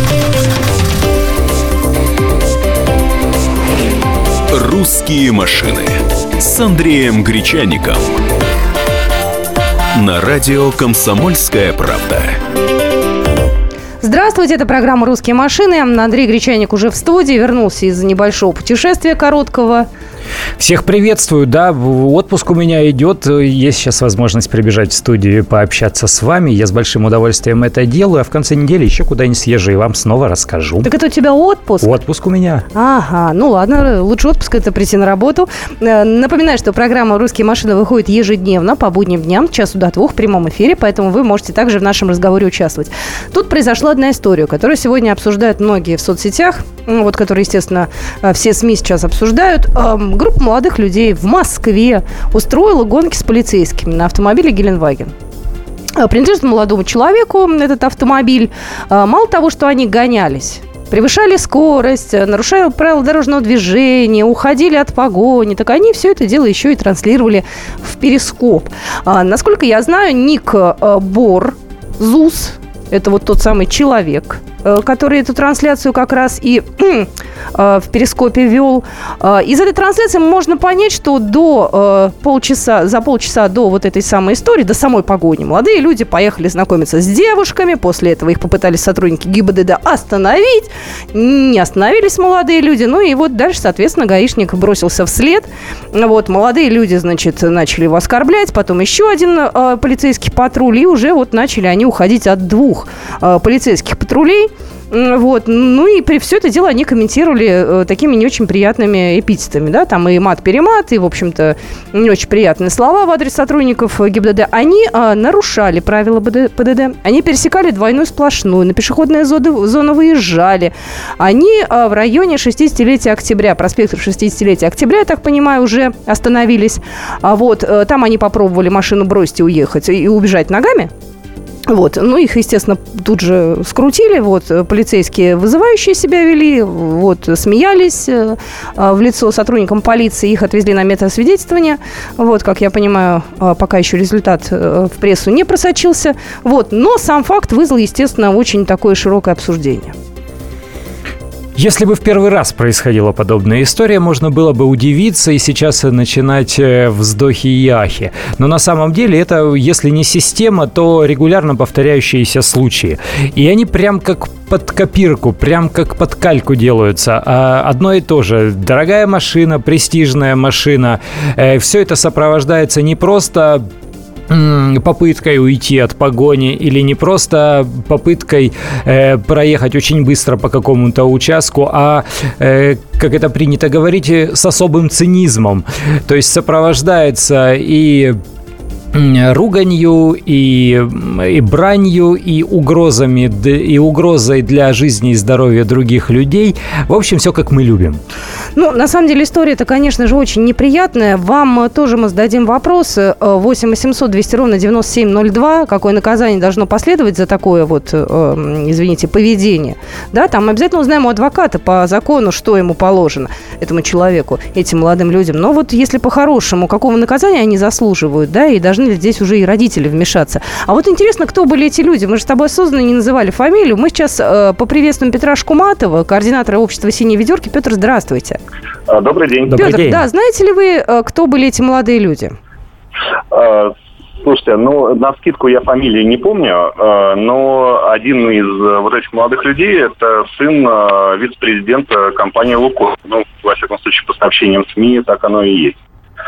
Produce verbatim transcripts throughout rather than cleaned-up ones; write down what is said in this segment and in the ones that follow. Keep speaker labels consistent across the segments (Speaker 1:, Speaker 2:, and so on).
Speaker 1: «Русские машины» с Андреем Гречанником на радио «Комсомольская правда».
Speaker 2: Здравствуйте, это программа «Русские машины». Андрей Гречанник уже в студии, вернулся из небольшого путешествия короткого.
Speaker 3: Всех приветствую, да, отпуск у меня идет, есть сейчас возможность прибежать в студию и пообщаться с вами, я с большим удовольствием это делаю, а в конце недели еще куда-нибудь съезжу и вам снова расскажу.
Speaker 2: Так это у тебя отпуск?
Speaker 3: Отпуск у меня.
Speaker 2: Ага, ну ладно, лучше отпуск — это прийти на работу. Напоминаю, что программа «Русские машины» выходит ежедневно по будним дням, с часу до двух в прямом эфире, поэтому вы можете также в нашем разговоре участвовать. Тут произошла одна история, которую сегодня обсуждают многие в соцсетях, вот, которые, естественно, все СМИ сейчас обсуждают. Группа молодых людей в Москве устроила гонки с полицейскими на автомобиле «Гелендваген». Принадлежит молодому человеку этот автомобиль. Мало того, что они гонялись, превышали скорость, нарушали правила дорожного движения, уходили от погони, так они все это дело еще и транслировали в Перископ. Насколько я знаю, ник Бор Зус, это вот тот самый человек, который эту трансляцию как раз и э, в Перископе вел. Э, из этой трансляции можно понять, что до э, полчаса, за полчаса до вот этой самой истории, до самой погони, молодые люди поехали знакомиться с девушками. После этого их попытались сотрудники ГИБДД остановить. Не остановились молодые люди. Ну и вот дальше, соответственно, гаишник бросился вслед. Вот, молодые люди, значит, начали его оскорблять. Потом еще один э, полицейский патруль. И уже вот начали они уходить от двух э, полицейских патрулей. Вот. Ну и при все это дело они комментировали э, такими не очень приятными эпитетами, да, там и мат-перемат, и, в общем-то, не очень приятные слова в адрес сотрудников ГИБДД. Они э, нарушали правила ПДД, они пересекали двойную сплошную, на пешеходную зону, зону выезжали. Они э, в районе шестидесятилетия октября, проспекта шестидесятилетия октября, я так понимаю, уже остановились. А вот, э, там они попробовали машину бросить и уехать, и убежать ногами. Вот, ну, их, естественно, тут же скрутили, вот, полицейские вызывающие себя вели, вот, смеялись э, в лицо сотрудникам полиции, их отвезли на медосвидетельствование, вот, как я понимаю, пока еще результат в прессу не просочился, вот, но сам факт вызвал, естественно, очень такое широкое обсуждение.
Speaker 3: Если бы в первый раз происходила подобная история, можно было бы удивиться и сейчас начинать вздохи и ахи. Но на самом деле это, если не система, то регулярно повторяющиеся случаи. И они прям как под копирку, прям как под кальку делаются. Одно и то же. Дорогая машина, престижная машина. Все это сопровождается не просто попыткой уйти от погони или не просто попыткой э, проехать очень быстро по какому-то участку, а, э, как это принято говорить, с особым цинизмом. То есть сопровождается и руганью, и, и бранью, и угрозами, и угрозой для жизни и здоровья других людей. В общем, все как мы любим.
Speaker 2: Ну, на самом деле, история-то, конечно же, очень неприятная. Вам тоже мы зададим вопросы. восемь восемьсот двести ровно девяносто семь ноль два. Какое наказание должно последовать за такое вот, извините, поведение? Да, там обязательно узнаем у адвоката по закону, что ему положено, этому человеку, этим молодым людям. Но вот если по-хорошему, какого наказания они заслуживают, да, и должны ли здесь уже и родители вмешаться. А вот интересно, кто были эти люди? Мы же с тобой осознанно не называли фамилию. Мы сейчас э, поприветствуем Петра Шкуматова, координатора общества «Синие ведерки». Петр, здравствуйте.
Speaker 4: Добрый день.
Speaker 2: Петр,
Speaker 3: Добрый день.
Speaker 2: Да, знаете ли вы, э, кто были эти молодые люди?
Speaker 4: Uh, слушайте, ну, навскидку я фамилии не помню, uh, но один из uh, вот этих молодых людей – это сын uh, вице-президента компании «Лукойл». Ну, во всяком случае, по сообщениям СМИ, так оно и есть.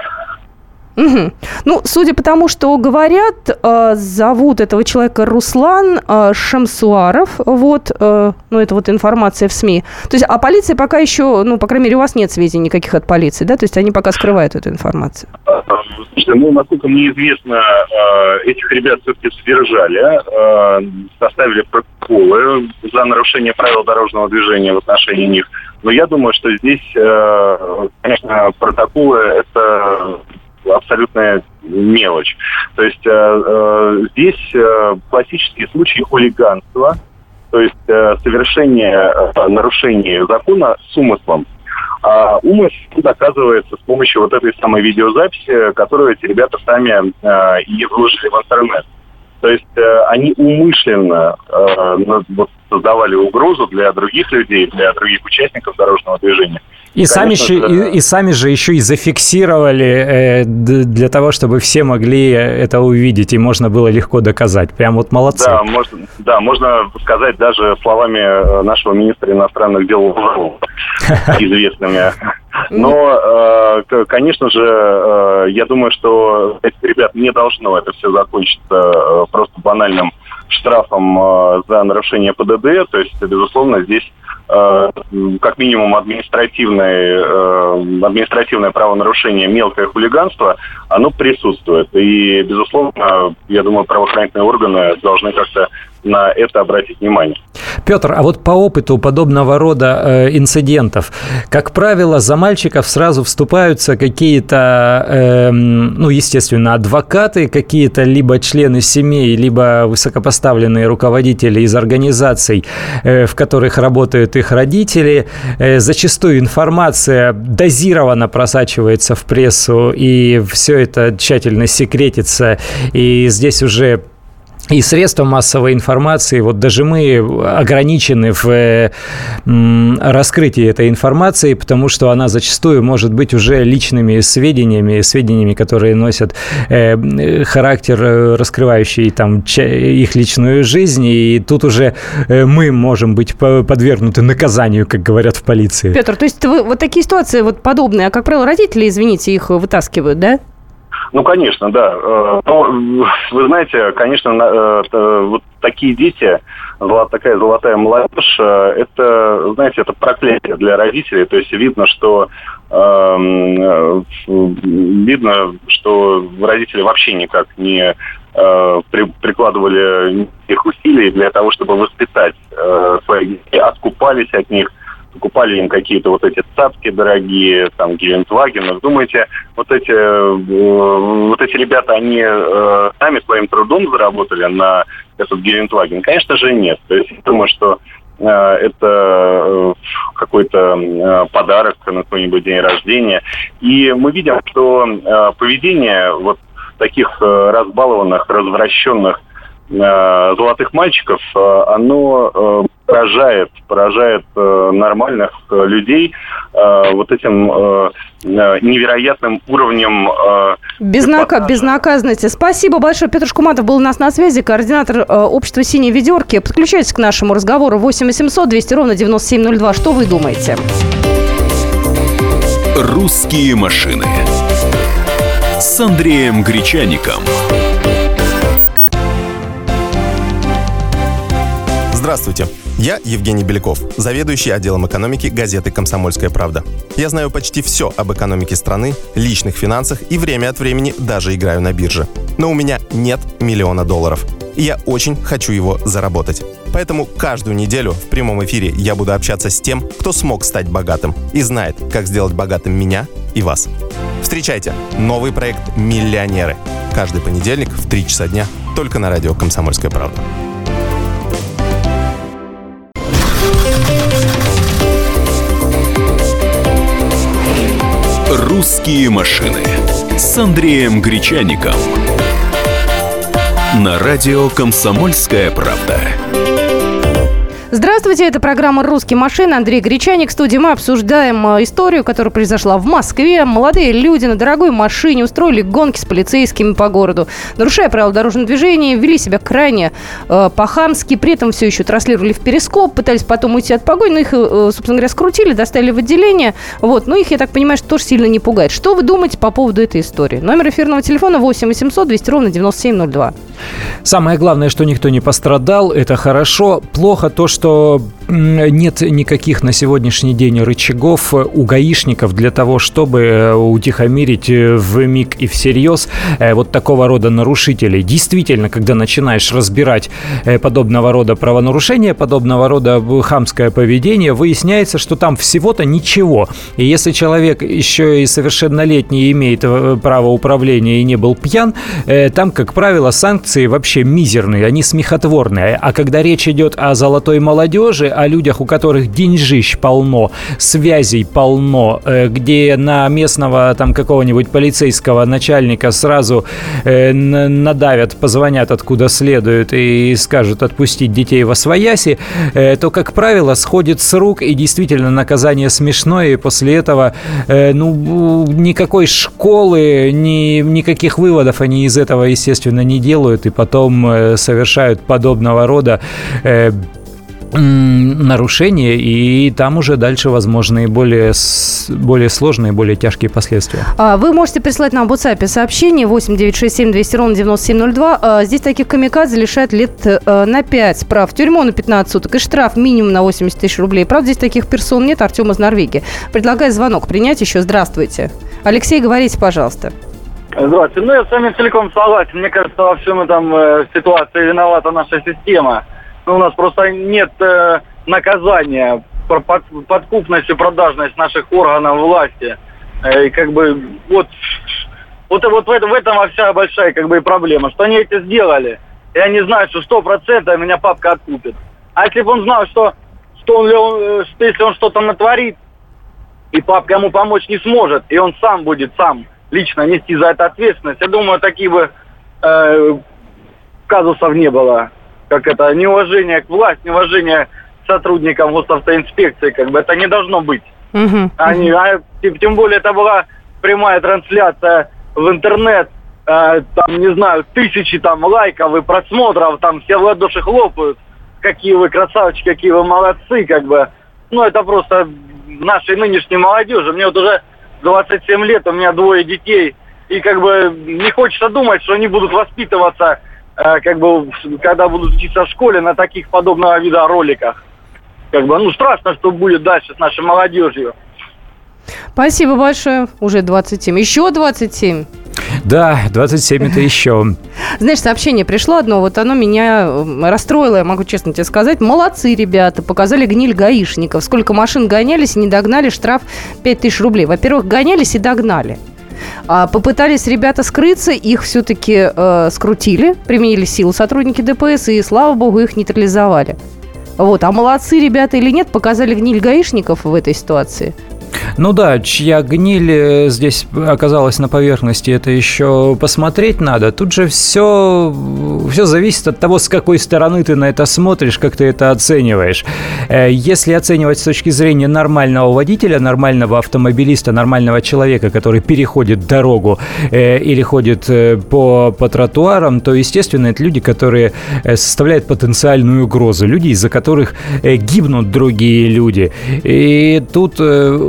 Speaker 2: Угу. Ну, судя по тому, что говорят, э, зовут этого человека Руслан э, Шамсуаров. Вот, э, ну, это вот информация в СМИ. То есть, а полиция пока еще, ну, по крайней мере, у вас нет сведений никаких от полиции, да? То есть, они пока скрывают эту информацию.
Speaker 4: Слушайте, ну, насколько мне известно, этих ребят все-таки задержали, составили протоколы за нарушение правил дорожного движения в отношении них. Но я думаю, что здесь, конечно, протоколы – это абсолютная мелочь. То есть э, э, здесь э, классические случаи хулиганства, то есть э, совершение э, нарушения закона с умыслом. А умысел доказывается с помощью вот этой самой видеозаписи, которую эти ребята сами э, и выложили в интернет. То есть э, они умышленно э, вот, создавали угрозу для других людей, для других участников дорожного движения.
Speaker 3: И сами, же, и, и сами же еще и зафиксировали э, для того, чтобы все могли это увидеть, и можно было легко доказать. Прям вот молодцы.
Speaker 4: Да, можно, да, можно сказать даже словами нашего министра иностранных дел известными. Но, э, конечно же, э, я думаю, что этих ребят не должно это все закончиться э, просто банальным штрафом э, за нарушение ПДД. То есть, безусловно, здесь э, как минимум административное, э, административное правонарушение, мелкое хулиганство, оно присутствует. И, безусловно, я думаю, правоохранительные органы должны как-то на это обратить внимание.
Speaker 3: Петр, а вот по опыту подобного рода э, инцидентов, как правило, за мальчиков сразу вступаются какие-то, э, ну, естественно, адвокаты, какие-то либо члены семей, либо высокопоставленные руководители из организаций, э, в которых работают их родители. Э, зачастую информация дозированно просачивается в прессу, и все это тщательно секретится, и здесь уже и средства массовой информации, вот даже мы ограничены в э, раскрытии этой информации, потому что она зачастую может быть уже личными сведениями, сведениями, которые носят э, характер, раскрывающий там их личную жизнь, и тут уже э, мы можем быть подвергнуты наказанию, как говорят в полиции.
Speaker 2: Петр, то есть вы, вот такие ситуации вот подобные, а, как правило, родители, извините, их вытаскивают, да?
Speaker 4: Ну, конечно, да. Но, вы знаете, конечно, вот такие дети, такая золотая молодежь, это, знаете, это проклятие для родителей. То есть видно, что видно, что родители вообще никак не прикладывали никаких усилий для того, чтобы воспитать своих детей, откупались от них, покупали им какие-то вот эти цапки дорогие, там, Гелендваген. Думаете, вот эти, э, вот эти ребята, они э, сами своим трудом заработали на этот Гелендваген? Конечно же, нет. То есть я думаю, что э, это э, какой-то э, подарок на какой-нибудь день рождения. И мы видим, что э, поведение вот таких э, разбалованных, развращенных э, золотых мальчиков, э, оно... Э, поражает, поражает э, нормальных э, людей э, вот этим э, невероятным уровнем э,
Speaker 2: Безнака... безнаказанности. Спасибо большое. Петр Шкуматов был у нас на связи, координатор э, общества «Синие ведерки». Подключайтесь к нашему разговору. восемь восемьсот двести ровно девяносто семь ноль два. Что вы думаете?
Speaker 1: «Русские машины» с Андреем Гречаником.
Speaker 5: Здравствуйте. Я Евгений Беляков, заведующий отделом экономики газеты «Комсомольская правда». Я знаю почти все об экономике страны, личных финансах и время от времени даже играю на бирже. Но у меня нет миллиона долларов. И я очень хочу его заработать. Поэтому каждую неделю в прямом эфире я буду общаться с тем, кто смог стать богатым и знает, как сделать богатым меня и вас. Встречайте новый проект «Миллионеры». Каждый понедельник в три часа дня только на радио «Комсомольская правда».
Speaker 1: «Русские машины» с Андреем Гречаником на радио «Комсомольская правда».
Speaker 2: Здравствуйте, это программа «Русские машины». Андрей Гречаник в студии. Мы обсуждаем историю, которая произошла в Москве. Молодые люди на дорогой машине устроили гонки с полицейскими по городу, нарушая правила дорожного движения, вели себя крайне э, по-хамски, при этом все еще транслировали в перископ, пытались потом уйти от погони, но их, э, собственно говоря, скрутили, доставили в отделение. Вот. Но их, я так понимаю, что тоже сильно не пугает. Что вы думаете по поводу этой истории? Номер эфирного телефона восемь восемьсот двести ровно девяносто семь ноль два.
Speaker 3: Самое главное, что никто не пострадал, это хорошо. Плохо то, что нет никаких на сегодняшний день рычагов у гаишников для того, чтобы утихомирить вмиг и всерьез вот такого рода нарушителей. Действительно, когда начинаешь разбирать подобного рода правонарушения, подобного рода хамское поведение, выясняется, что там всего-то ничего. И если человек еще и совершеннолетний имеет право управления и не был пьян, там, как правило, санкции вообще мизерные, они смехотворные. А когда речь идет о золотой молодежи, о людях, у которых деньжищ полно, связей полно, где на местного там какого-нибудь полицейского начальника сразу надавят, позвонят откуда следует и скажут отпустить детей восвояси, то, как правило, сходит с рук, и действительно наказание смешное, и после этого ну, никакой школы, ни, никаких выводов они из этого, естественно, не делают, и потом совершают подобного рода э, нарушения, и там уже дальше возможны более, более сложные, более тяжкие последствия.
Speaker 2: Вы можете прислать нам в WhatsApp сообщение восемь девятьсот шестьдесят семь двести ровно девяносто семь ноль два. Здесь таких камикадзе лишают лет на пять, прав в тюрьму на пятнадцать суток и штраф минимум на восемьдесят тысяч рублей. Правда, здесь таких персон нет. Артем из Норвегии предлагает звонок принять еще. Здравствуйте. Алексей, говорите, пожалуйста.
Speaker 6: Здравствуйте. Ну, я с вами целиком согласен. Мне кажется, во всем этом э, ситуации виновата наша система. Ну, у нас просто нет э, наказания про под, подкупность и продажность наших органов власти. Э, и как бы вот, вот, вот в, этом, в этом вся большая как бы и проблема. Что они это сделали, и они знают, что сто процентов меня папка откупит. А если бы он знал, что, что, он, что если он что-то натворит, и папка ему помочь не сможет, и он сам будет сам лично нести за это ответственность, я думаю, таких бы э, казусов не было. Как это, неуважение к власти, неуважение к сотрудникам госавтоинспекции, как бы это не должно быть. Uh-huh. Они, а, тем более это была прямая трансляция в интернет, э, там, не знаю, тысячи там лайков и просмотров, там все в ладоши хлопают, какие вы красавчики, какие вы молодцы, как бы. Ну, это просто нашей нынешней молодежи. Мне вот уже двадцать семь лет, у меня двое детей, и как бы не хочется думать, что они будут воспитываться, э, как бы, когда будут учиться в школе на таких подобного вида роликах. Как бы, ну, страшно, что будет дальше с нашей молодежью.
Speaker 2: Спасибо большое. Уже двадцать семь. Еще двадцать семь.
Speaker 3: Да, двадцать семь это еще.
Speaker 2: Знаешь, сообщение пришло одно, вот оно меня расстроило, я могу честно тебе сказать. Молодцы, ребята, показали гниль гаишников. Сколько машин гонялись и не догнали, штраф пять тысяч рублей. Во-первых, гонялись и догнали. А попытались ребята скрыться, их все-таки э, скрутили, применили силу сотрудники ДПС, и, слава богу, их нейтрализовали. Вот. А молодцы ребята или нет, показали гниль гаишников в этой ситуации.
Speaker 3: Ну да, чья гниль здесь оказалась на поверхности, это еще посмотреть надо. Тут же все, все зависит от того, с какой стороны ты на это смотришь, как ты это оцениваешь. Если оценивать с точки зрения нормального водителя, нормального автомобилиста, нормального человека, который переходит дорогу или ходит по, по тротуарам, то, естественно, это люди, которые составляют потенциальную угрозу. Люди, из-за которых гибнут другие люди. И тут...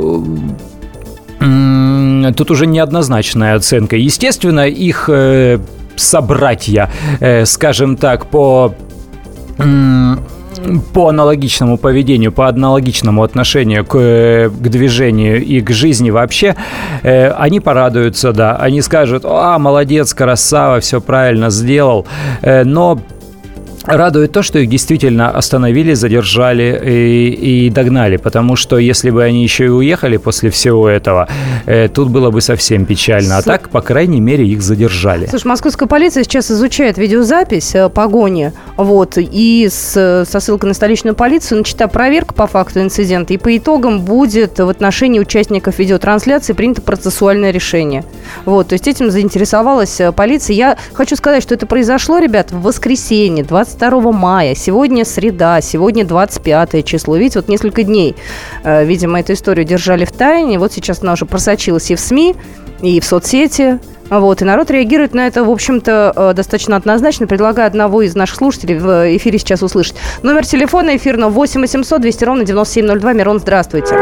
Speaker 3: Тут уже неоднозначная оценка. Естественно, их э, собратья, э, скажем так, по... Э, по аналогичному поведению, по аналогичному отношению к, к движению и к жизни вообще, э, они порадуются, да. Они скажут: «А, молодец, красава, все правильно сделал». Э, но... Радует то, что их действительно остановили, задержали и, и догнали, потому что если бы они еще и уехали после всего этого, э, тут было бы совсем печально. А так, по крайней мере, их задержали.
Speaker 2: Слушай, московская полиция сейчас изучает видеозапись э, погони, вот, и с, со ссылкой на столичную полицию начата проверка по факту инцидента, и по итогам будет в отношении участников видеотрансляции принято процессуальное решение. Вот, то есть этим заинтересовалась полиция. Я хочу сказать, что это произошло, ребят, в воскресенье, двадцать второго мая. Сегодня среда, сегодня двадцать пятое число. Видите, вот несколько дней, э, видимо, эту историю держали в тайне. Вот сейчас она уже просочилась и в СМИ, и в соцсети. Вот, и народ реагирует на это, в общем-то, э, достаточно однозначно. Предлагаю одного из наших слушателей в эфире сейчас услышать. Номер телефона эфирного восемь восемьсот двести ровно девяносто семь ноль два. Мирон, здравствуйте.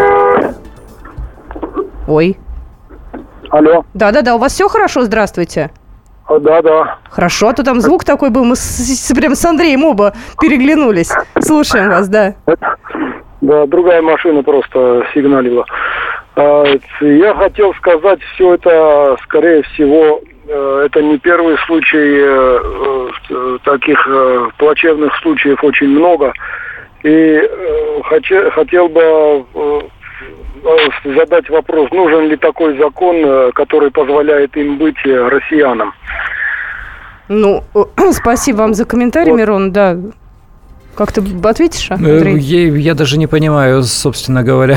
Speaker 2: Ой.
Speaker 7: Алло.
Speaker 2: Да-да-да, у вас все хорошо? Здравствуйте.
Speaker 7: Да, да.
Speaker 2: Хорошо, а то там звук такой был, мы с, с, прям с Андреем оба переглянулись. Слушаем вас, да.
Speaker 7: Да, другая машина просто сигналила. Я хотел сказать, все это, скорее всего, это не первый случай, таких плачевных случаев очень много. И хотел бы задать вопрос, нужен ли такой закон, который позволяет им быть россиянам.
Speaker 2: Ну, спасибо вам за комментарий, вот. Мирон, да. Как ты ответишь, Андрей?
Speaker 3: Я, я даже не понимаю, собственно говоря,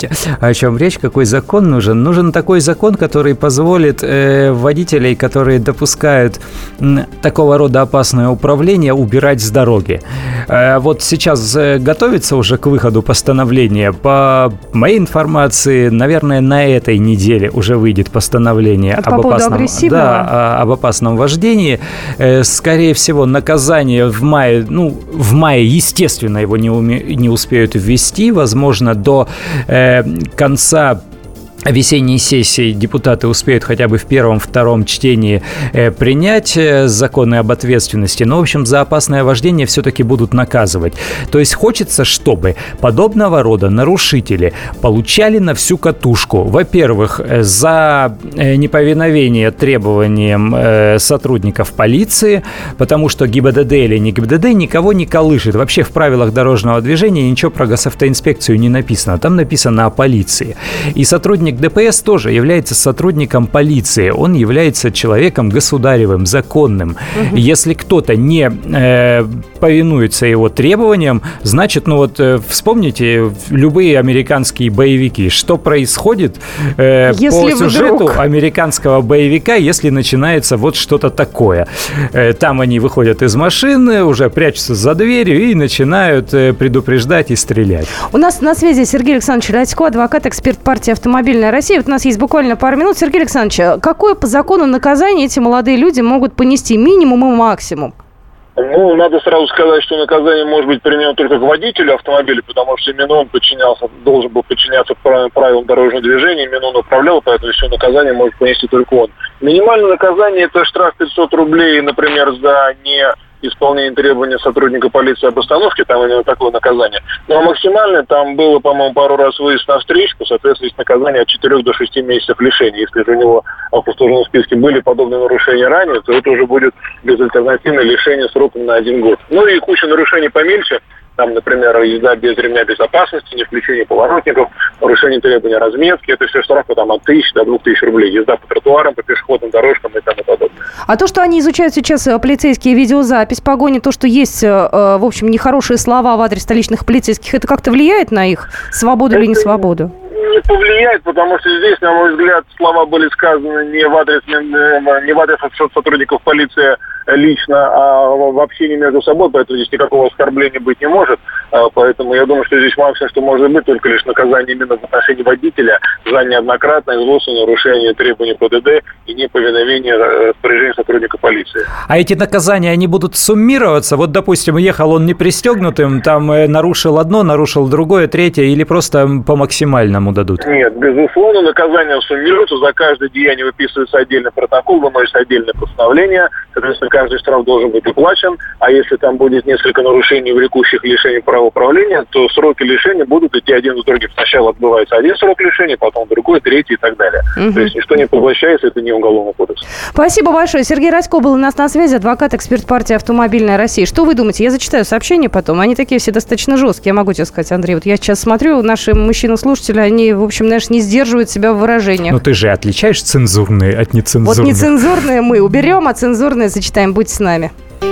Speaker 3: о чем речь, какой закон нужен. Нужен такой закон, который позволит э, водителей, которые допускают м, такого рода опасное управление, убирать с дороги. Э, вот сейчас э, готовится уже к выходу постановление. По моей информации, наверное, на этой неделе уже выйдет постановление
Speaker 2: Это
Speaker 3: об
Speaker 2: по
Speaker 3: опасном, да, об опасном вождении. Э, скорее всего, наказание в мае, ну, в мае естественно, его не, уме... не успеют ввести. Возможно, до э, конца весенней сессии депутаты успеют хотя бы в первом-втором чтении э, принять э, законы об ответственности. Но, в общем, за опасное вождение все-таки будут наказывать. То есть хочется, чтобы подобного рода нарушители получали на всю катушку. Во-первых, э, за э, неповиновение требованиям э, сотрудников полиции, потому что ГИБДД или не ГИБДД никого не колышет. Вообще в правилах дорожного движения ничего про госавтоинспекцию не написано. Там написано о полиции. И сотрудник ДПС тоже является сотрудником полиции. Он является человеком государевым, законным. Угу. Если кто-то не э, повинуется его требованиям, значит, ну вот э, вспомните любые американские боевики. Что происходит э, по сюжету вдруг... американского боевика, если начинается вот что-то такое? Э, там они выходят из машины, уже прячутся за дверью и начинают э, предупреждать и стрелять.
Speaker 2: У нас на связи Сергей Александрович Радько, адвокат, эксперт партии «Автомобильная Россия». Вот у нас есть буквально пару минут. Сергей Александрович, какое по закону наказание эти молодые люди могут понести? Минимум и максимум?
Speaker 7: Ну, надо сразу сказать, что наказание может быть применено только к водителю автомобиля, потому что именно он подчинялся, должен был подчиняться правилам дорожного движения, именно он управлял, поэтому все наказание может понести только он. Минимальное наказание – это штраф пятьсот рублей, например, за не... исполнение требований сотрудника полиции об остановке, там именно такое наказание. Ну, а максимальное, там было, по-моему, пару раз выезд на встречку, соответственно, есть наказание от четырёх до шести месяцев лишения. Если же у него в послужном списке были подобные нарушения ранее, то это уже будет безальтернативное лишение сроком на один год. Ну и куча нарушений помельче. Там, например, езда без ремня безопасности, не включение поворотников, нарушение требований разметки. Это все штрафы там, от тысячи до двух тысяч рублей. Езда по тротуарам, по пешеходным дорожкам и тому подобное.
Speaker 2: А то, что они изучают сейчас полицейские видеозапись погони, то, что есть, в общем, нехорошие слова в адрес столичных полицейских, это как-то влияет на их свободу это... или не свободу?
Speaker 7: Не повлияет, потому что здесь, на мой взгляд, слова были сказаны не в адрес, не в адрес сотрудников полиции лично, а в общении между собой, поэтому здесь никакого оскорбления быть не может. Поэтому я думаю, что здесь максимум, что может быть, только лишь наказание именно в отношении водителя за неоднократное злостное нарушение требований ПДД и неповиновение распоряжений сотрудника полиции.
Speaker 3: А эти наказания, они будут суммироваться? Вот, допустим, ехал он не пристегнутым, там нарушил одно, нарушил другое, третье, или просто по максимальному дадут?
Speaker 7: Нет, безусловно, наказание суммируется, за каждое деяние выписывается отдельный протокол, выносится отдельное постановление, соответственно, каждый штраф должен быть уплачен, а если там будет несколько нарушений, влекущих лишения права управления, то сроки лишения будут идти один за другим. Сначала отбывается один срок лишения, потом другой, третий и так далее. Угу. То есть ничто не поглощается, это не уголовный кодекс.
Speaker 2: Спасибо большое. Сергей Радько был у нас на связи, адвокат, эксперт партии «Автомобильная Россия». Что вы думаете? Я зачитаю сообщения потом. Они такие все достаточно жесткие, я могу тебе сказать, Андрей. Вот я сейчас смотрю, наши мужчины-слушатели, они, в общем, знаешь, не сдерживают себя в выражениях.
Speaker 3: Ну ты же отличаешь цензурные от нецензурных.
Speaker 2: Вот нецензурные мы уберем, а цензурные зачитаем. Будьте с нами.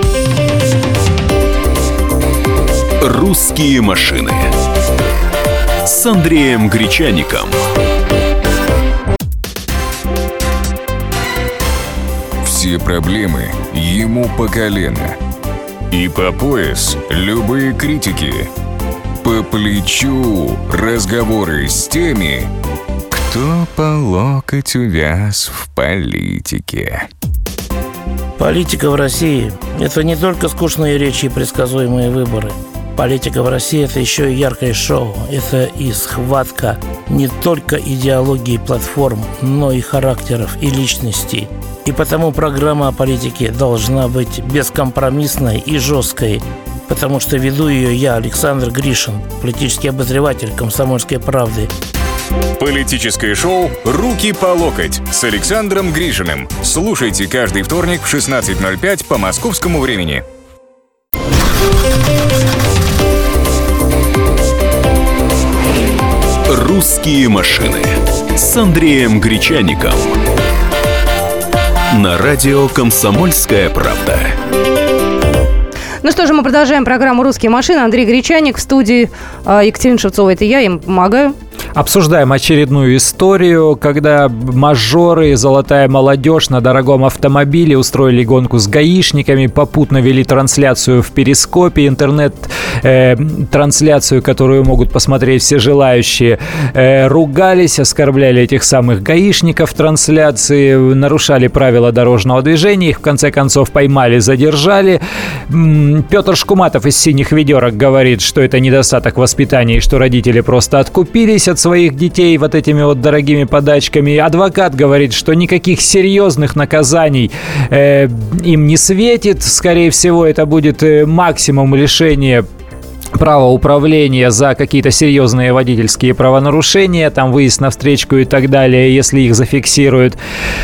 Speaker 1: «Русские машины» с Андреем Гречаником.
Speaker 8: Все проблемы ему по колено. И по пояс любые критики. По плечу разговоры с теми, кто по локоть увяз в политике.
Speaker 9: Политика в России – это не только скучные речи и предсказуемые выборы. Политика в России – это еще и яркое шоу. Это и схватка не только идеологии платформ, но и характеров и личностей. И потому программа о политике должна быть бескомпромиссной и жесткой, потому что веду ее я, Александр Гришин, политический обозреватель «Комсомольской правды».
Speaker 8: Политическое шоу «Руки по локоть» с Александром Гришиным. Слушайте каждый вторник в шестнадцать ноль пять по московскому времени.
Speaker 1: «Русские машины» с Андреем Гречаником. На радио «Комсомольская правда».
Speaker 2: Ну что же, мы продолжаем программу «Русские машины». Андрей Гречаник в студии, Екатерина Шевцова. Это я, им помогаю.
Speaker 3: Обсуждаем очередную историю, когда мажоры и золотая молодежь на дорогом автомобиле устроили гонку с гаишниками, попутно вели трансляцию в Перископе, интернет-трансляцию, э, которую могут посмотреть все желающие, э, ругались, оскорбляли этих самых гаишников в трансляции, нарушали правила дорожного движения, их в конце концов поймали, задержали. Петр Шкуматов из «Синих ведерок» говорит, что это недостаток воспитания и что родители просто откупились от своих детей вот этими вот дорогими подачками. Адвокат говорит, что никаких серьезных наказаний э, им не светит. Скорее всего, это будет э, максимум лишения права управления за какие-то серьезные водительские правонарушения, там выезд на встречку и так далее, если их зафиксируют.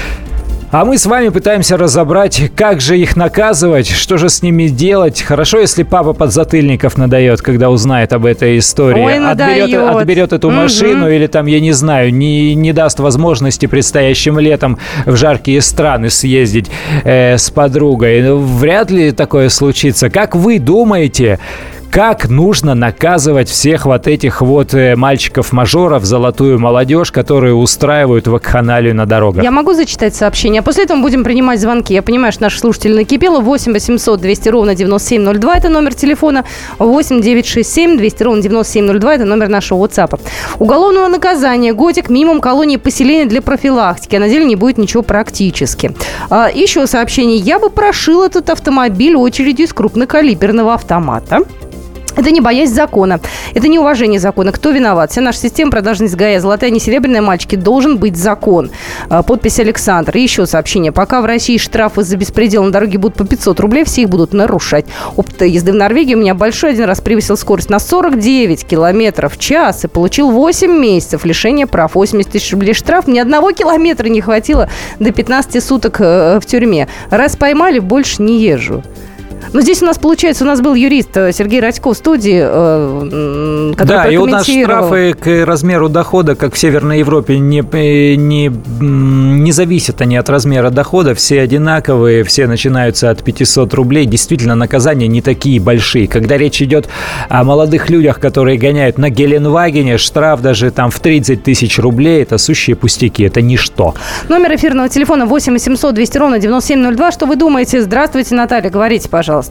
Speaker 3: А мы с вами пытаемся разобрать, как же их наказывать, что же с ними делать. Хорошо, если папа подзатыльников надает, когда узнает об этой истории.
Speaker 2: Ой,
Speaker 3: отберет, отберет эту угу. машину или там, я не знаю, не, не даст возможности предстоящим летом в жаркие страны съездить э, с подругой. Вряд ли такое случится. Как вы думаете, как нужно наказывать всех вот этих вот мальчиков-мажоров, золотую молодежь, которые устраивают вакханалию на дорогах?
Speaker 2: Я могу зачитать сообщение, а после этого мы будем принимать звонки. Я понимаю, что наши слушатели накипело. восемь восемьсот двести ровно девяносто семь ноль два – это номер телефона. восемь девятьсот шестьдесят семь двести ровно девяносто семь ноль два – это номер нашего WhatsApp. Уголовного наказания. Годик минимум колонии поселения для профилактики. А на деле не будет ничего практически. А, еще сообщение. Я бы прошил этот автомобиль очередью из крупнокалиберного автомата. Это не боязнь закона. Это не уважение закона. Кто виноват? Вся наша система продажность ГАИ, золотая, не серебряная, мальчики, должен быть закон. Подпись Александр. И еще сообщение. Пока в России штрафы за беспредел на дороге будут по пятьсот рублей, все их будут нарушать. Опыт езды в Норвегии у меня большой. Один раз превысил скорость на сорок девять километров в час и получил восемь месяцев лишения прав. восемьдесят тысяч рублей штраф. Ни одного километра не хватило до пятнадцати суток в тюрьме. Раз поймали, больше не езжу. Но здесь у нас, получается, у нас был юрист Сергей Радько в студии, который
Speaker 3: да, и у нас штрафы к размеру дохода, как в Северной Европе, не, не, не зависят они от размера дохода, все одинаковые, все начинаются от пятисот рублей. Действительно, наказания не такие большие. Когда речь идет о молодых людях, которые гоняют на Геленвагене, штраф даже там в тридцать тысяч рублей, это сущие пустяки, это ничто.
Speaker 2: Номер эфирного телефона восемь восемьсот двести ровно девяносто семь ноль два. Что вы думаете? Здравствуйте, Наталья, говорите, пожалуйста.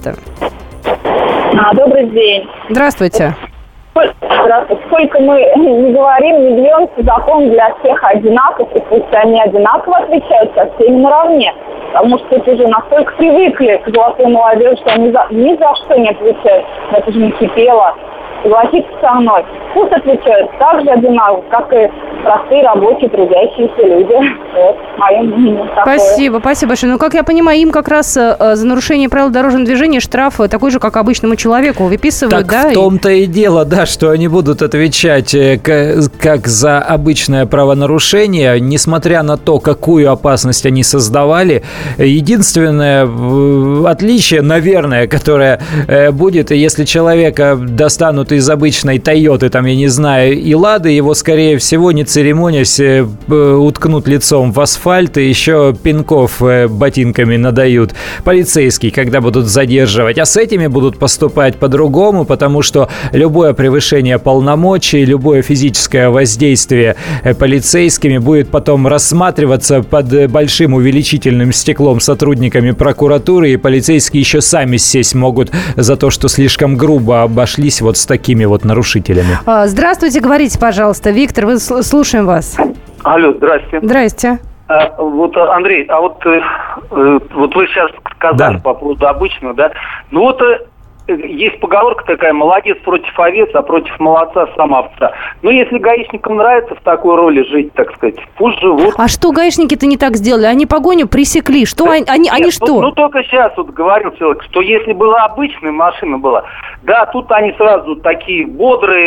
Speaker 10: А, добрый день.
Speaker 2: Здравствуйте.
Speaker 10: Здравствуйте. Сколько мы не говорим, не бьемся, закон для всех одинаков, и пусть они одинаково отвечают со всеми наравне. Потому что это уже настолько привыкли к золотой молодежи, что они за, ни за что не отвечают. Это же накипело. Согласитесь со мной. Пусть отвечают так же одинаково, как и простые рабочие, трудящиеся люди. Вот, мое мнение такое.
Speaker 2: Спасибо, спасибо большое. Ну, как я понимаю, им как раз э, за нарушение правил дорожного движения штраф такой же, как обычному человеку, выписывают,
Speaker 3: так
Speaker 2: да?
Speaker 3: в том-то и дело, да, что они будут отвечать как, как за обычное правонарушение, несмотря на то, какую опасность они создавали. Единственное отличие, наверное, которое будет, если человека достанут из обычной Тойоты, там, я не знаю, и Лады, его, скорее всего, не церемонясь, уткнут лицом в асфальт и еще пинков ботинками надают полицейские, когда будут задерживать. А с этими будут поступать по-другому, потому что любое превышение полномочий, любое физическое воздействие полицейскими будет потом рассматриваться под большим увеличительным стеклом сотрудниками прокуратуры, и полицейские еще сами сесть могут за то, что слишком грубо обошлись вот с такими вот нарушителями.
Speaker 2: Здравствуйте, говорите, пожалуйста. Виктор, мы слушаем вас.
Speaker 11: Алло, здрасте.
Speaker 2: Здрасте.
Speaker 11: А, вот, Андрей, а вот, э, вот вы сейчас сказали, да, по поводу обычного, да? Ну вот э, есть поговорка такая: молодец против овец, а против молодца сам овца. Ну, если гаишникам нравится в такой роли жить, так сказать, пусть живут.
Speaker 2: А что гаишники-то не так сделали? Они погоню пресекли. Что да, они, они, нет, они ну, что?
Speaker 11: Ну, только сейчас вот говорил человек, что если была обычная машина была, да, тут они сразу такие бодрые,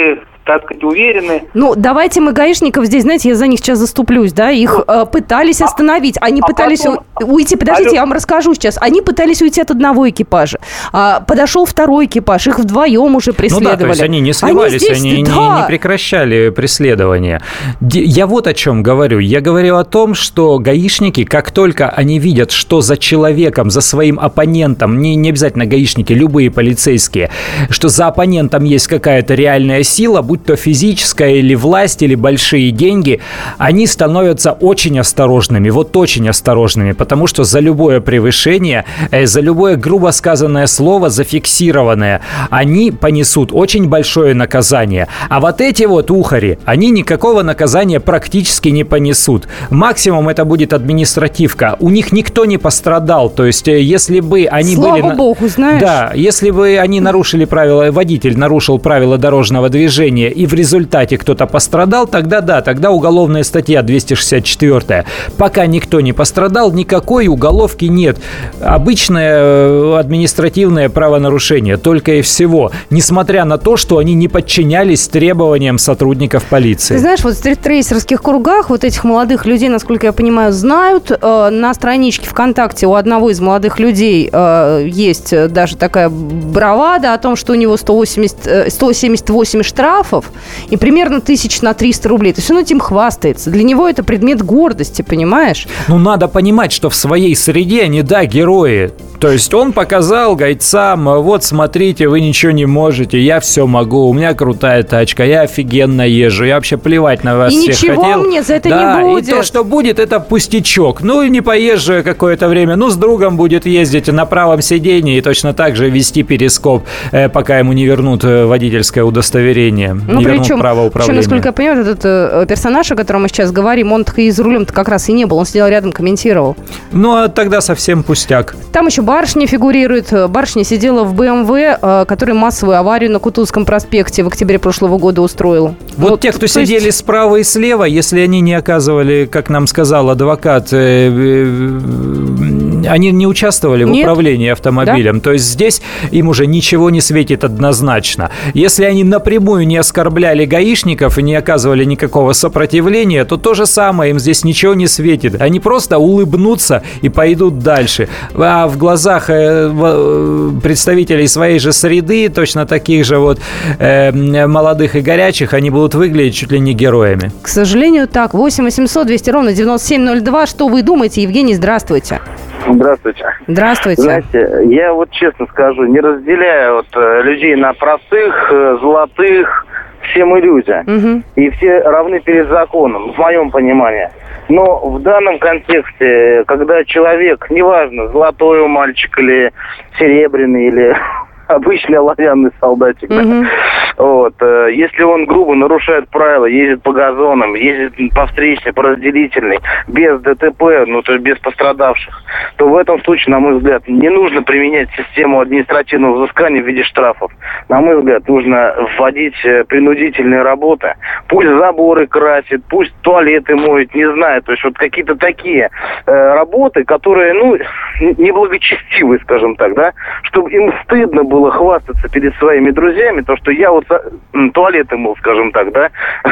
Speaker 11: так сказать, уверены.
Speaker 2: Ну, давайте мы гаишников здесь, знаете, я за них сейчас заступлюсь, да, их ну, э, пытались остановить, они а пытались потом... уйти, подождите, Алло. я вам расскажу сейчас, они пытались уйти от одного экипажа, а, подошел второй экипаж, их вдвоем уже преследовали.
Speaker 3: Ну да, то есть они не сливались, они, здесь, они да. не, не прекращали преследование. Я вот о чем говорю, я говорю о том, что гаишники, как только они видят, что за человеком, за своим оппонентом, не, не обязательно гаишники, любые полицейские, что за оппонентом есть какая-то реальная сила, будь то физическая или власть, или большие деньги, они становятся очень осторожными, вот очень осторожными, потому что за любое превышение, за любое грубо сказанное слово, зафиксированное, они понесут очень большое наказание. А вот эти вот ухари, они никакого наказания практически не понесут. Максимум это будет административка. У них никто не пострадал, то есть если бы они
Speaker 2: Слава
Speaker 3: были...
Speaker 2: Слава богу, знаешь.
Speaker 3: Да, если бы они нарушили правила, водитель нарушил правила дорожного движения, и в результате кто-то пострадал, тогда да, тогда уголовная статья двести шестьдесят четыре. Пока никто не пострадал, никакой уголовки нет. Обычное административное правонарушение, только и всего. Несмотря на то, что они не подчинялись требованиям сотрудников полиции.
Speaker 2: Ты знаешь, вот в стрит-трейсерских кругах вот этих молодых людей, насколько я понимаю, знают. На страничке ВКонтакте у одного из молодых людей есть даже такая бравада о том, что у него сто восемьдесят, сто семьдесят восемь штрафов и примерно тысяч на триста рублей. То есть он этим хвастается. Для него это предмет гордости, понимаешь?
Speaker 3: Ну, надо понимать, что в своей среде они, да, герои. То есть он показал гайцам: вот, смотрите, вы ничего не можете, я все могу, у меня крутая тачка, я офигенно езжу, я вообще плевать на вас
Speaker 2: и
Speaker 3: всех хотел.
Speaker 2: И ничего мне за это
Speaker 3: да,
Speaker 2: не будет.
Speaker 3: И то, что будет, это пустячок. Ну, и не поезжу какое-то время, ну, с другом будет ездить на правом сидении и точно так же вести перископ, э, пока ему не вернут водительское удостоверение,
Speaker 2: ну,
Speaker 3: не
Speaker 2: причем,
Speaker 3: вернут право управления.
Speaker 2: Причем, насколько я понимаю, этот э, персонаж, о котором мы сейчас говорим, он и за рулем-то как раз и не был, он сидел рядом, комментировал.
Speaker 3: Ну, а тогда совсем пустяк.
Speaker 2: Там еще барышня фигурирует. Барышня сидела в бэ эм вэ, э, который массовую аварию на Кутузовском проспекте в октябре прошлого года устроил.
Speaker 3: Вот, вот те, кто
Speaker 2: есть...
Speaker 3: сидели справа и слева, если они не оказывали, как нам сказал адвокат, э, э, они не участвовали в
Speaker 2: Нет.
Speaker 3: управлении автомобилем. Да? То есть здесь им уже ничего не светит однозначно. Если они напрямую не оскорбляли гаишников и не оказывали никакого сопротивления, то то же самое, им здесь ничего не светит. Они просто улыбнутся и пойдут дальше. А в глазах э, представителей своей же среды, точно таких же вот э, молодых и горячих, они будут выглядеть чуть ли не героями.
Speaker 2: К сожалению, так. восемь восемьсот двести ровно девяносто семь ноль два. Что вы думаете? Евгений, здравствуйте.
Speaker 12: Здравствуйте.
Speaker 2: Здравствуйте.
Speaker 12: Знаете, я вот честно скажу, не разделяю вот людей на простых, золотых, все мы люди. Угу. И все равны перед законом, в моем понимании. Но в данном контексте, когда человек, неважно, золотой у мальчик или серебряный, или обычный оловянный солдатик, mm-hmm. да? Вот, если он грубо нарушает правила, ездит по газонам, ездит по встречной, по разделительной, без ДТП, ну, то есть без пострадавших, то в этом случае, на мой взгляд, не нужно применять систему административного взыскания в виде штрафов. На мой взгляд, нужно вводить принудительные работы. Пусть заборы красит, пусть туалеты моет, не знаю. То есть вот какие-то такие э, работы, которые, ну, неблагочестивые, скажем так, да, чтобы им стыдно было было хвастаться перед своими друзьями, то, что я вот туалеты мыл, скажем так, да,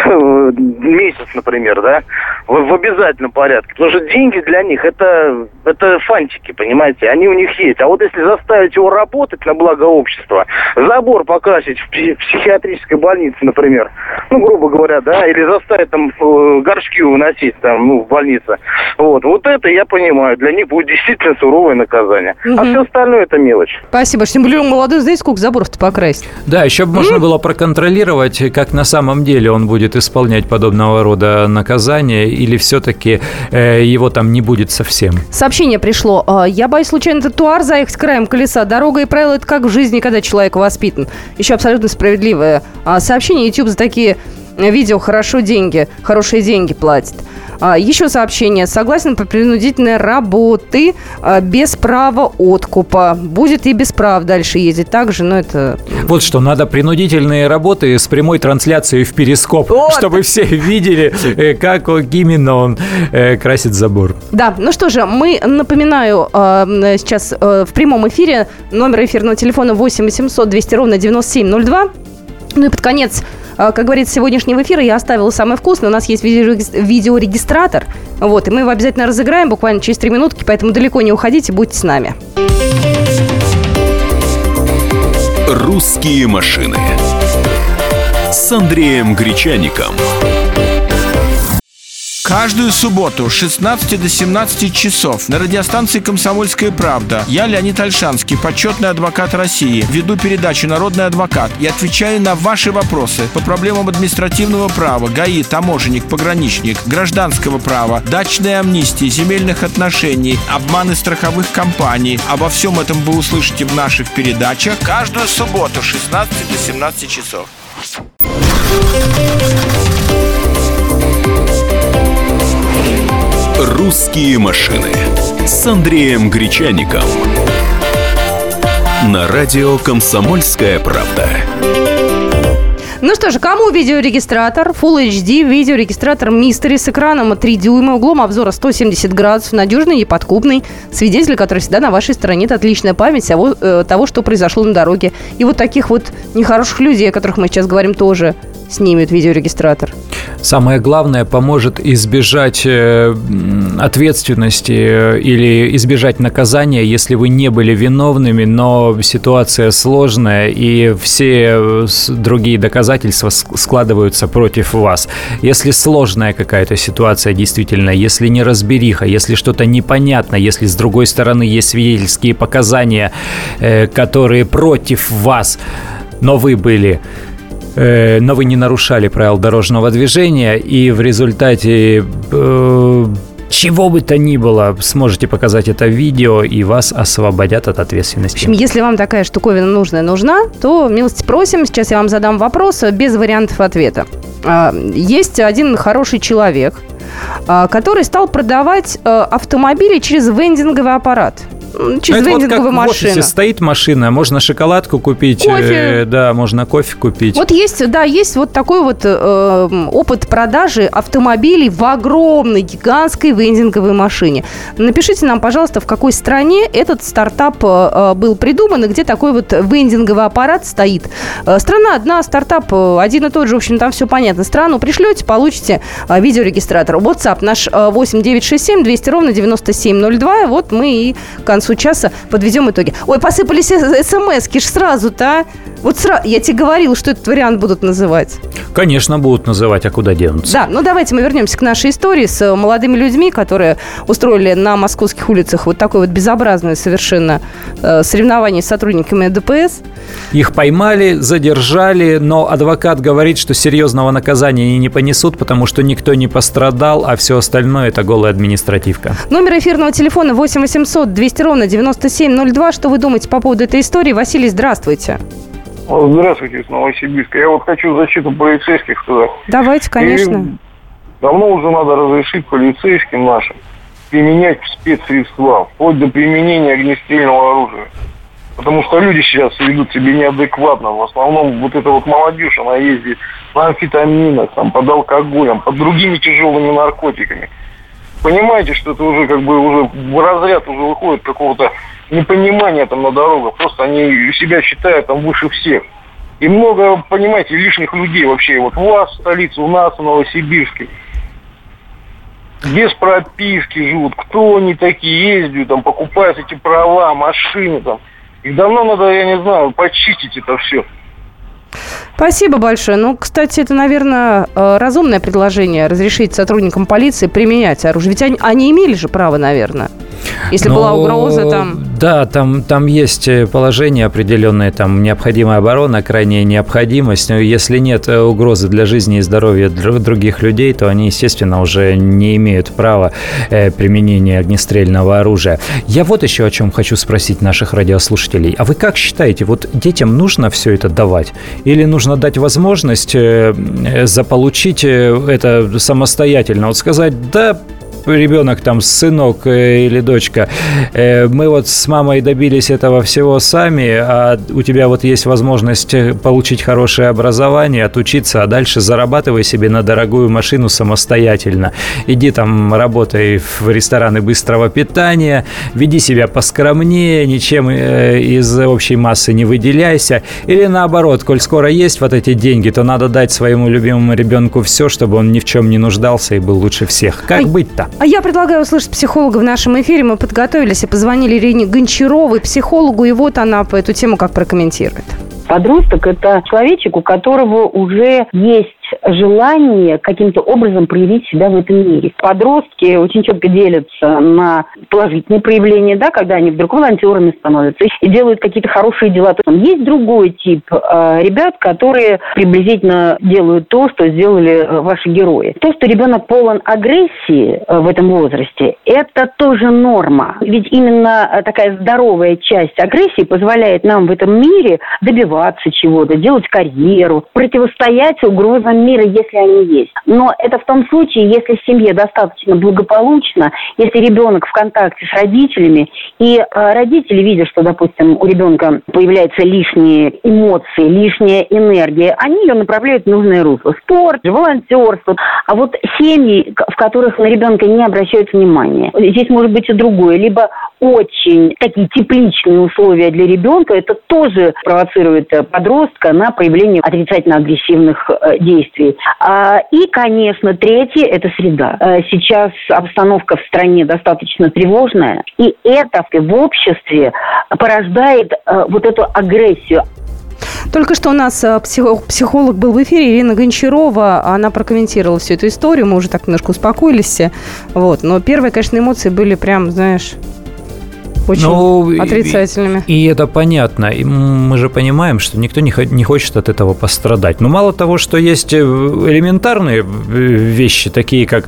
Speaker 12: месяц, например, да, в, в обязательном порядке. Потому что деньги для них это, это фантики, понимаете, они у них есть. А вот если заставить его работать на благо общества, забор покрасить в психиатрической больнице, например, ну, грубо говоря, да, или заставить там горшки уносить там, ну, в больнице, вот, вот это я понимаю, для них будет действительно суровое наказание. Угу. А все остальное это мелочь.
Speaker 2: Спасибо. Тем более молодой, знаете, сколько заборов-то покрасить?
Speaker 3: Да, еще бы можно было проконтролировать, как на самом деле он будет исполнять подобного рода наказания, или все-таки э, его там не будет совсем.
Speaker 2: Сообщение пришло. Я боюсь случайно тротуар заехать краем колеса. Дорога и правила – это как в жизни, когда человек воспитан. Еще абсолютно справедливое сообщение. YouTube за такие видео хорошо деньги, хорошие деньги платит. Еще сообщение. Согласен по принудительной работы без права откупа. Будет и без прав дальше ездить. Также, но это...
Speaker 3: Вот что, надо принудительные работы с прямой трансляцией в перископ, вот. Чтобы все видели, как именно он красит забор.
Speaker 2: Да, ну что же, мы, напоминаю, сейчас в прямом эфире номер эфирного телефона восемь восемьсот двести ровно девяносто семь ноль два. Ну и под конец как говорится, сегодняшнего эфира я оставила самое вкусное. У нас есть видеорегистратор. Вот, и мы его обязательно разыграем буквально через три минутки, поэтому далеко не уходите, будьте с нами.
Speaker 1: «Русские машины» с Андреем Гречаником.
Speaker 13: Каждую субботу с шестнадцати до семнадцати часов на радиостанции «Комсомольская правда» я, Леонид Ольшанский, почетный адвокат России, веду передачу «Народный адвокат» и отвечаю на ваши вопросы по проблемам административного права, ГАИ, таможенник, пограничник, гражданского права, дачной амнистии, земельных отношений, обманы страховых компаний. Обо всем этом вы услышите в наших передачах каждую субботу с шестнадцати до семнадцати часов.
Speaker 1: «Русские машины» с Андреем Гречаником на радио «Комсомольская правда».
Speaker 2: Ну что же, кому видеорегистратор Full эйч ди, видеорегистратор Mystery с экраном три дюйма, углом обзора сто семьдесят градусов, надежный, неподкупный, свидетель, который всегда на вашей стороне, это отличная память того, э, того, что произошло на дороге. И вот таких вот нехороших людей, о которых мы сейчас говорим, тоже снимет видеорегистратор.
Speaker 3: Самое главное, поможет избежать э, ответственности э, или избежать наказания, если вы не были виновными, но ситуация сложная и все другие доказательства складываются против вас. Если сложная какая-то ситуация действительно, если неразбериха, если что-то непонятно, если с другой стороны есть свидетельские показания, э, которые против вас, но вы были... но вы не нарушали правил дорожного движения, и в результате э, чего бы то ни было сможете показать это видео, и вас освободят от ответственности.
Speaker 2: В общем, если вам такая штуковина нужная нужна, то милости просим. Сейчас я вам задам вопрос без вариантов ответа. Есть один хороший человек, который стал продавать автомобили через вендинговый аппарат. Через
Speaker 3: это
Speaker 2: вендинговую
Speaker 3: вот как
Speaker 2: машину.
Speaker 3: В офисе стоит машина, можно шоколадку купить,
Speaker 2: кофе.
Speaker 3: Э, да, можно кофе купить.
Speaker 2: Вот есть, да, есть вот такой вот э, опыт продажи автомобилей в огромной, гигантской вендинговой машине. Напишите нам, пожалуйста, в какой стране этот стартап э, был придуман и где такой вот вендинговый аппарат стоит. Э, страна одна, стартап один и тот же, в общем, там все понятно. Страну пришлете, получите э, видеорегистратор. WhatsApp наш э, восемь девятьсот шестьдесят семь двести ровно девяносто семь ноль два. Вот мы и к концу часа подведем итоги. Ой, посыпались смс-ки ж сразу-то, а? Вот сразу, я тебе говорила, что этот вариант будут называть.
Speaker 3: Конечно, будут называть, а куда денутся?
Speaker 2: Да, ну давайте мы вернемся к нашей истории с молодыми людьми, которые устроили на московских улицах вот такое вот безобразное совершенно э, соревнование с сотрудниками ДПС.
Speaker 3: Их поймали, задержали, но адвокат говорит, что серьезного наказания они не понесут, потому что никто не пострадал, а все остальное – это голая административка.
Speaker 2: Номер эфирного телефона восемь восемьсот двести ровно девяносто семь ноль два. Что вы думаете по поводу этой истории? Василий, здравствуйте.
Speaker 7: Здравствуйте, с Новосибирска. Я вот хочу защиту полицейских сказать.
Speaker 2: Давайте, конечно.
Speaker 7: И давно уже надо разрешить полицейским нашим применять спецсредства, вплоть до применения огнестрельного оружия. Потому что люди сейчас ведут себя неадекватно. В основном вот эта вот молодежь, она ездит на амфетаминах, там, под алкоголем, под другими тяжелыми наркотиками. Понимаете, что это уже как бы уже в разряд уже выходит какого-то непонимания там на дорогах. Просто они себя считают там выше всех. И много, понимаете, лишних людей вообще. Вот у вас в столице, у нас в Новосибирске. Без прописки живут. Кто они такие? Ездят, там, покупают эти права, машины там. Их давно надо, я не знаю, почистить это все.
Speaker 2: Спасибо большое. Ну, кстати, это, наверное, разумное предложение разрешить сотрудникам полиции применять оружие. Ведь они, они имели же право, наверное. Если Но, была угроза там...
Speaker 3: Да, там, там есть положение определенное, там необходимая оборона, крайняя необходимость. Но если нет угрозы для жизни и здоровья других людей, то они, естественно, уже не имеют права применения огнестрельного оружия. Я вот еще о чем хочу спросить наших радиослушателей. А вы как считаете, вот детям нужно все это давать? Или нужно дать возможность заполучить это самостоятельно? Вот сказать, да... ребенок там, сынок или дочка, мы вот с мамой добились этого всего сами, а у тебя вот есть возможность получить хорошее образование, отучиться, а дальше зарабатывай себе на дорогую машину самостоятельно. Иди там, работай в рестораны быстрого питания, веди себя поскромнее, ничем из общей массы не выделяйся. Или наоборот, коль скоро есть вот эти деньги, то надо дать своему любимому ребенку все, чтобы он ни в чем не нуждался и был лучше всех. Как а, быть-то?
Speaker 2: А я предлагаю услышать психолога в нашем эфире. Мы подготовились и позвонили Ирине Гончаровой, психологу, и вот она по эту тему как прокомментирует.
Speaker 14: Подросток – это человечек, у которого уже есть желание каким-то образом проявить себя в этом мире. Подростки очень четко делятся на положительные проявления, да, когда они вдруг волонтерами становятся и делают какие-то хорошие дела. Есть другой тип э, ребят, которые приблизительно делают то, что сделали э, ваши герои. То, что ребенок полон агрессии э, в этом возрасте, это тоже норма. Ведь именно э, такая здоровая часть агрессии позволяет нам в этом мире добиваться чего-то, делать карьеру, противостоять угрозам мира, если они есть. Но это в том случае, если в семье достаточно благополучно, если ребенок в контакте с родителями, и э, родители видят, что, допустим, у ребенка появляются лишние эмоции, лишняя энергия, они ее направляют в нужное русло. Спорт, волонтерство. А вот семьи, в которых на ребенка не обращают внимания, здесь может быть и другое. Либо очень такие тепличные условия для ребенка, это тоже провоцирует подростка на появление отрицательно-агрессивных э, действий. И, конечно, третье – это среда. Сейчас обстановка в стране достаточно тревожная, и это в обществе порождает вот эту агрессию.
Speaker 2: Только что у нас психолог был в эфире, Ирина Гончарова, она прокомментировала всю эту историю, мы уже так немножко успокоились, вот. Но первые, конечно, эмоции были прям, знаешь... очень ну, отрицательными.
Speaker 3: И, и это понятно. И мы же понимаем, что никто не, не хочет от этого пострадать. Но мало того, что есть элементарные вещи, такие как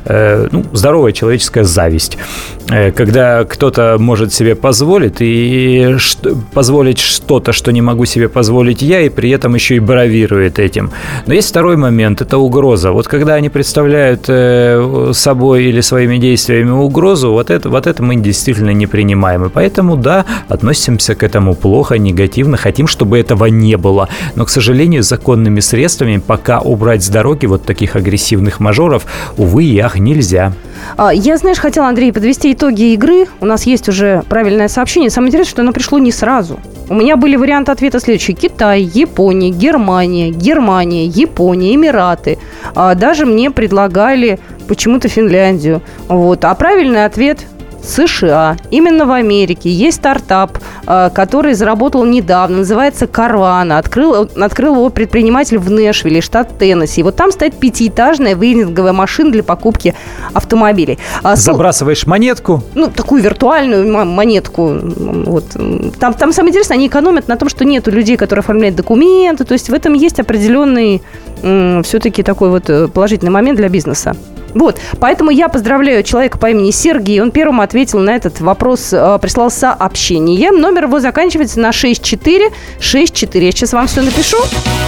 Speaker 3: э, ну, здоровая человеческая зависть. Э, когда кто-то может себе позволить, и ш- позволить что-то, что не могу себе позволить я, и при этом еще и бравирует этим. Но есть второй момент – это угроза. Вот когда они представляют э, собой или своими действиями угрозу, вот это, вот это мы действительно не принимаем. И поэтому, да, относимся к этому плохо, негативно, хотим, чтобы этого не было. Но, к сожалению, законными средствами пока убрать с дороги вот таких агрессивных мажоров, увы и ах, нельзя.
Speaker 2: Я, знаешь, хотела, Андрей, подвести итоги игры. У нас есть уже правильное сообщение. Самое интересное, что оно пришло не сразу. У меня были варианты ответа следующие. Китай, Япония, Германия, Германия, Япония, Эмираты. Даже мне предлагали почему-то Финляндию. Вот. А правильный ответ – США. Именно в Америке есть стартап, который заработал недавно, называется Carvana. Открыл, открыл его предприниматель в Нэшвилле, штат Теннесси. И вот там стоит пятиэтажная вендинговая машина для покупки автомобилей.
Speaker 3: Забрасываешь монетку?
Speaker 2: Ну, такую виртуальную монетку. Вот. Там, там самое интересное, они экономят на том, что нету людей, которые оформляют документы. То есть в этом есть определенный м- все-таки такой вот положительный момент для бизнеса. Вот, поэтому я поздравляю человека по имени Сергей. Он первым ответил на этот вопрос, прислал сообщение. Номер его заканчивается на шесть четыре шесть четыре. Я сейчас вам все напишу.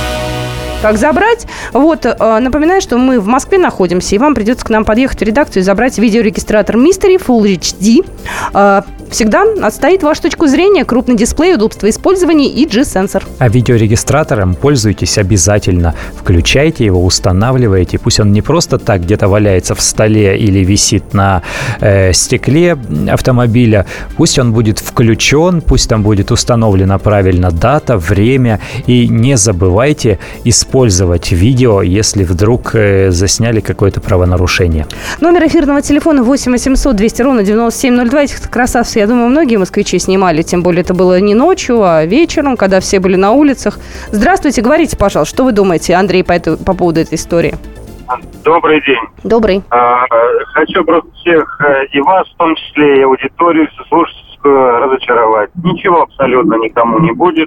Speaker 2: Как забрать? Вот, напоминаю, что мы в Москве находимся, и вам придется к нам подъехать в редакцию и забрать видеорегистратор Mystery Full эйч ди. Всегда отстоит вашу точку зрения, крупный дисплей, удобство использования и G-сенсор.
Speaker 3: А видеорегистратором пользуйтесь обязательно. Включайте его, устанавливайте. Пусть он не просто так где-то валяется в столе или висит на э, стекле автомобиля. Пусть он будет включен, пусть там будет установлена правильно дата, время. И не забывайте использовать видео, если вдруг э, засняли какое-то правонарушение.
Speaker 2: Номер эфирного телефона восемь восемьсот двести ровно девяносто семь ноль два. Этих красавцев, я думаю, многие москвичи снимали, тем более это было не ночью, а вечером, когда все были на улицах. Здравствуйте, говорите, пожалуйста, что вы думаете, Андрей, по, эту, по поводу этой истории?
Speaker 15: Добрый день.
Speaker 2: Добрый.
Speaker 15: А, хочу просто всех, и вас в том числе, и аудиторию слушательскую разочаровать. Ничего абсолютно никому не будет.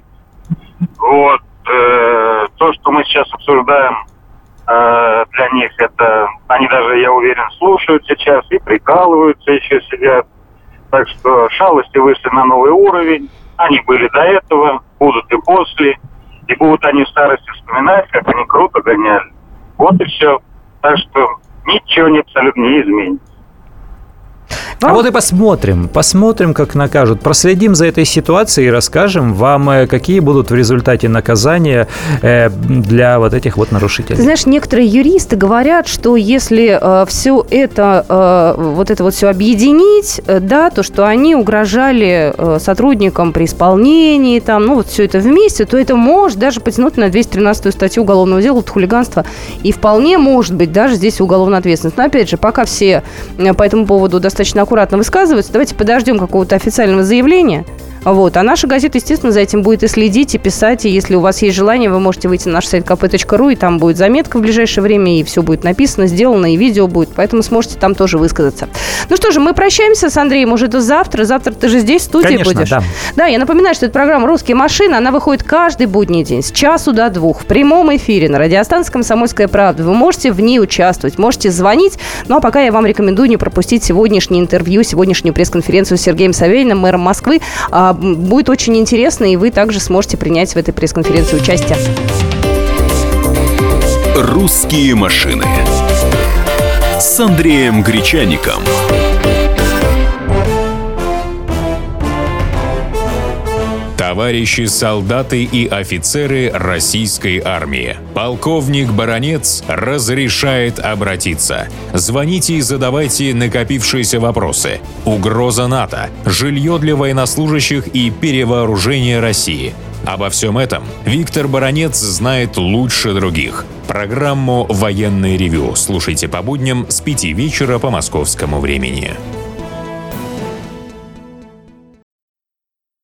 Speaker 15: Вот. Э, то, что мы сейчас обсуждаем, э, для них это, они даже, я уверен, слушают сейчас и прикалываются еще сидят. Так что шалости вышли на новый уровень. Они были до этого, будут и после. И будут они в старости вспоминать, как они круто гоняли. Вот и все. Так что ничего не абсолютно не изменится.
Speaker 3: А вот и посмотрим, посмотрим, как накажут. Проследим за этой ситуацией и расскажем вам, какие будут в результате наказания для вот этих вот нарушителей.
Speaker 2: Ты знаешь, некоторые юристы говорят, что если э, все это, э, вот это вот все объединить, э, да, то, что они угрожали э, сотрудникам при исполнении, там, ну, вот все это вместе, то это может даже потянуть на двести тринадцатую статью уголовного дела, это хулиганство, и вполне может быть даже здесь уголовная ответственность. Но, опять же, пока все по этому поводу достаточно аккуратно высказываются, давайте подождем какого-то официального заявления. Вот. А наша газета, естественно, за этим будет и следить, и писать. И если у вас есть желание, вы можете выйти на наш сайт ка пэ точка ру, и там будет заметка в ближайшее время, и все будет написано, сделано, и видео будет. Поэтому сможете там тоже высказаться. Ну что же, мы прощаемся с Андреем уже до завтра. Завтра ты же здесь, в студии
Speaker 3: Конечно,
Speaker 2: будешь?
Speaker 3: Да.
Speaker 2: Да, я напоминаю, что это программа «Русские машины». Она выходит каждый будний день с часу до двух в прямом эфире на радиостанции «Комсомольская правда». Вы можете в ней участвовать, можете звонить. Ну а пока я вам рекомендую не пропустить сегодняшнее интервью, сегодняшнюю пресс-конференцию с Сергеем Савельным, мэром Москвы. Будет очень интересно, и вы также сможете принять в этой пресс-конференции участие.
Speaker 1: «Русские машины» с Андреем Гречаником.
Speaker 8: Товарищи солдаты и офицеры российской армии. Полковник Баранец разрешает обратиться. Звоните и задавайте накопившиеся вопросы. Угроза НАТО, жилье для военнослужащих и перевооружение России. Обо всем этом Виктор Баранец знает лучше других. Программу «Военное ревю» слушайте по будням с пяти вечера по московскому времени.